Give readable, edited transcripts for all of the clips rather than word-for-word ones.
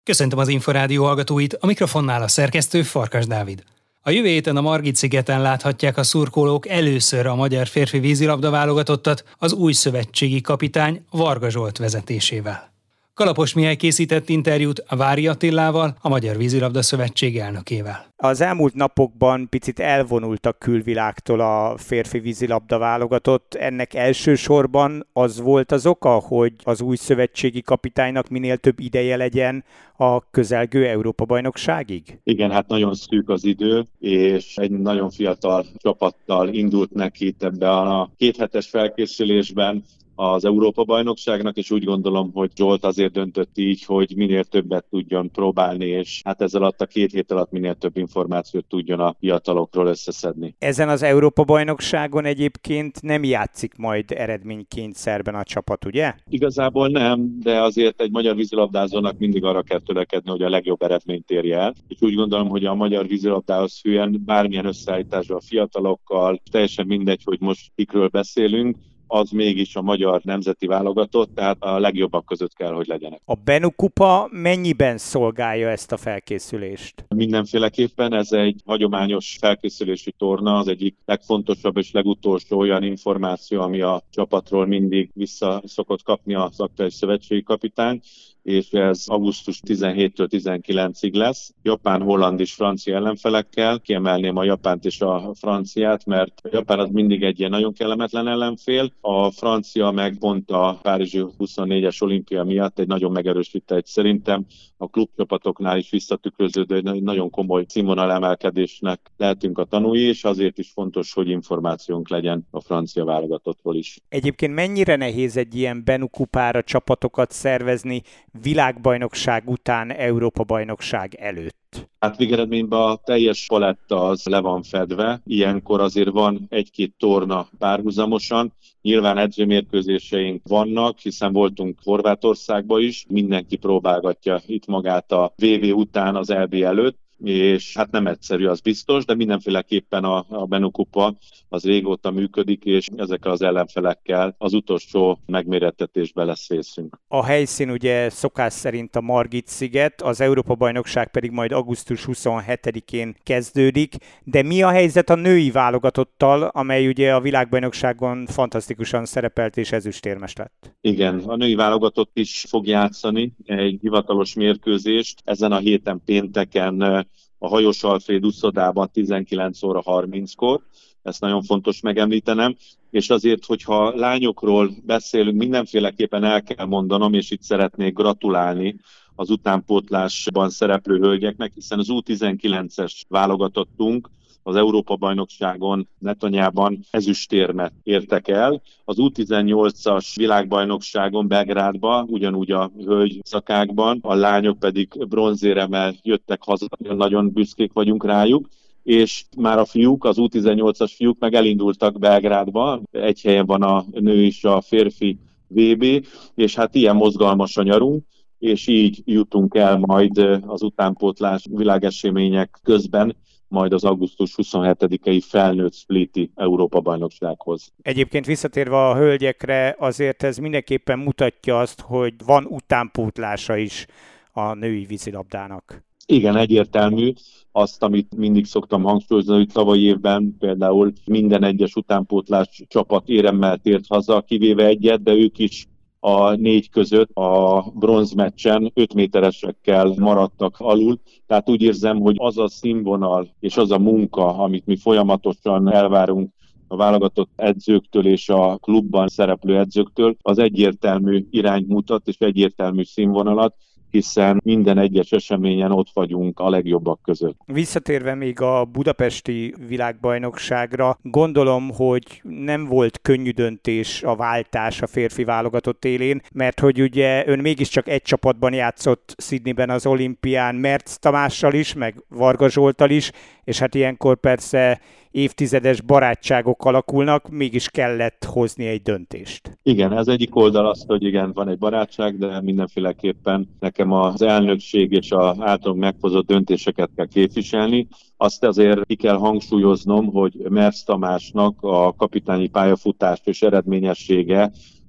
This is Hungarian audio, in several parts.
Köszöntöm az Inforádió hallgatóit, a mikrofonnál a szerkesztő Farkas Dávid. A jövő héten a Margit-szigeten láthatják a szurkolók először a magyar férfi vízilabda válogatottat az új szövetségi kapitány Varga Zsolt vezetésével. Kalapos Mihály készített interjút a Vári Attilával, a Magyar Vízilabda Szövetség elnökével. Az elmúlt napokban picit elvonult a külvilágtól a férfi vízilabda válogatott. Ennek elsősorban az volt az oka, hogy az új szövetségi kapitánynak minél több ideje legyen a közelgő Európa-bajnokságig? Igen, hát nagyon szűk az idő, és egy nagyon fiatal csapattal indult neki itt ebbe a kéthetes felkészülésben az Európa-bajnokságnak, és úgy gondolom, hogy Zsolt azért döntött így, hogy minél többet tudjon próbálni, és hát ezzel alatt a 2 hét alatt minél több információt tudjon a fiatalokról összeszedni. Ezen az Európa-bajnokságon egyébként nem játszik majd eredménykényszerben a csapat, ugye? Igazából nem, de azért egy magyar vízilabdázónak mindig arra kell törekedni, hogy a legjobb eredményt érje el. És úgy gondolom, hogy a magyar vízilabdához fűen bármilyen összeállításban a fiatalokkal, teljesen mindegy, hogy most kikről beszélünk, az mégis a magyar nemzeti válogatott, tehát a legjobbak között kell, hogy legyenek. A Bennu kupa mennyiben szolgálja ezt a felkészülést? Mindenféleképpen ez egy hagyományos felkészülési torna, az egyik legfontosabb és legutolsó olyan információ, ami a csapatról mindig vissza szokott kapni az aktuális szövetségi kapitány, és ez augusztus 17-től 19-ig lesz. Japán, holland és francia ellenfelekkel. Kiemelném a japánt és a franciát, mert a japán az mindig egy ilyen nagyon kellemetlen ellenfél. A francia meg pont a párizsi 24-es olimpia miatt egy nagyon megerősített, szerintem a klubcsapatoknál is visszatükröződő, egy nagyon komoly színvonal emelkedésnek lehetünk a tanúi, és azért is fontos, hogy információnk legyen a francia válogatottról is. Egyébként mennyire nehéz egy ilyen Bennu kupára csapatokat szervezni világbajnokság után, Európa-bajnokság előtt? Hát végeredményben a teljes paletta az le van fedve, ilyenkor azért van 1-2 torna párhuzamosan, nyilván edzőmérkőzéseink vannak, hiszen voltunk Horvátországban is, mindenki próbálgatja itt magát a VB után az EB előtt, és hát nem egyszerű, az biztos, de mindenféleképpen a Bennu kupa az régóta működik, és ezekkel az ellenfelekkel az utolsó megmérettetésben lesz részünk. A helyszín ugye szokás szerint a Margit-sziget, az Európa-bajnokság pedig majd augusztus 27-én kezdődik, de mi a helyzet a női válogatottal, amely ugye a világbajnokságon fantasztikusan szerepelt és ezüstérmes lett? Igen, a női válogatott is fog játszani egy hivatalos mérkőzést ezen a héten pénteken a Hajós Alfréd uszodában 19 óra 30-kor, ezt nagyon fontos megemlítenem, és azért, hogyha lányokról beszélünk, mindenféleképpen el kell mondanom, és itt szeretnék gratulálni az utánpótlásban szereplő hölgyeknek, hiszen az U19-es válogatottunk az Európa-bajnokságon Netanyában ezüstérmet értek el. Az U18-as világbajnokságon Belgrádban, ugyanúgy a hölgy szakákban, a lányok pedig bronzéremmel jöttek haza, nagyon büszkék vagyunk rájuk, és már a fiúk, az U18-as fiúk meg elindultak Belgrádba, egy helyen van a nő és a férfi VB, és hát ilyen mozgalmas a nyarunk, és így jutunk el majd az utánpótlás világesemények közben majd az augusztus 27-i felnőtt spliti Európa-bajnoksághoz. Egyébként visszatérve a hölgyekre, azért ez mindenképpen mutatja azt, hogy van utánpótlása is a női vízilabdának. Igen, egyértelmű. Azt, amit mindig szoktam hangsúlyozni, hogy tavalyi évben például minden egyes utánpótlás csapat éremmel tért haza, kivéve egyet, de ők is a 4 között a bronzmeccsen 5 méteresekkel maradtak alul. Tehát úgy érzem, hogy az a színvonal és az a munka, amit mi folyamatosan elvárunk a válogatott edzőktől és a klubban szereplő edzőktől, az egyértelmű irányt mutat és egyértelmű színvonalat, hiszen minden egyes eseményen ott vagyunk a legjobbak között. Visszatérve még a budapesti világbajnokságra, gondolom, hogy nem volt könnyű döntés a váltás a férfi válogatott élén, mert hogy ugye ön mégiscsak egy csapatban játszott Sydneyben az olimpián Mertz Tamással is, meg Varga Zsolttal is, és hát ilyenkor persze évtizedes barátságok alakulnak, mégis kellett hozni egy döntést. Igen, ez egyik oldal az, hogy igen, van egy barátság, de mindenféleképpen nekem az elnökség és az általunk meghozott döntéseket kell képviselni. Azt azért ki kell hangsúlyoznom, hogy Mertz Tamásnak a kapitányi pályafutás és eredményessége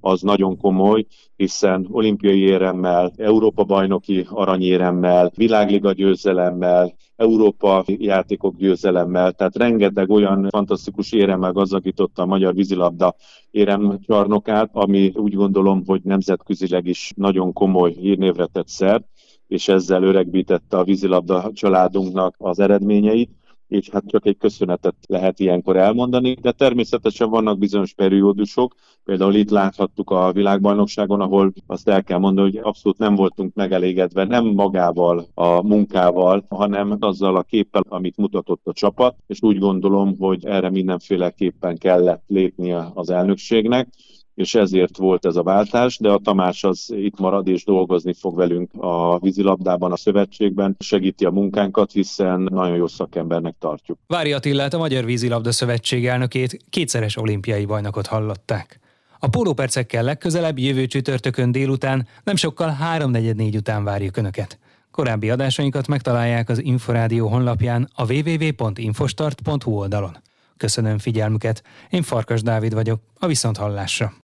az nagyon komoly, hiszen olimpiai éremmel, Európa-bajnoki aranyéremmel, világliga győzelemmel, Európa játékok győzelemmel, tehát rengeteg olyan fantasztikus éremmel gazdagította a magyar vízilabda éremcsarnokát, ami úgy gondolom, hogy nemzetközileg is nagyon komoly hírnévre tett szert, és ezzel öregbítette a vízilabda családunknak az eredményeit, és hát csak egy köszönetet lehet ilyenkor elmondani, de természetesen vannak bizonyos periódusok, például itt láthattuk a világbajnokságon, ahol azt el kell mondani, hogy abszolút nem voltunk megelégedve, nem magával a munkával, hanem azzal a képpel, amit mutatott a csapat, és úgy gondolom, hogy erre mindenféleképpen kellett lépnie az elnökségnek, és ezért volt ez a váltás, de a Tamás az itt marad és dolgozni fog velünk a vízilabdában, a szövetségben, segíti a munkánkat, hiszen nagyon jó szakembernek tartjuk. Vári Attillát, a Magyar Vízilabda Szövetség elnökét, kétszeres olimpiai bajnokot hallották. A pólópercekkel legközelebb jövő csütörtökön délután, nem sokkal 3:44 után várjuk Önöket. Korábbi adásainkat megtalálják az Inforádió honlapján, a www.infostart.hu oldalon. Köszönöm figyelmüket, én Farkas Dávid vagyok, a viszonthallásra.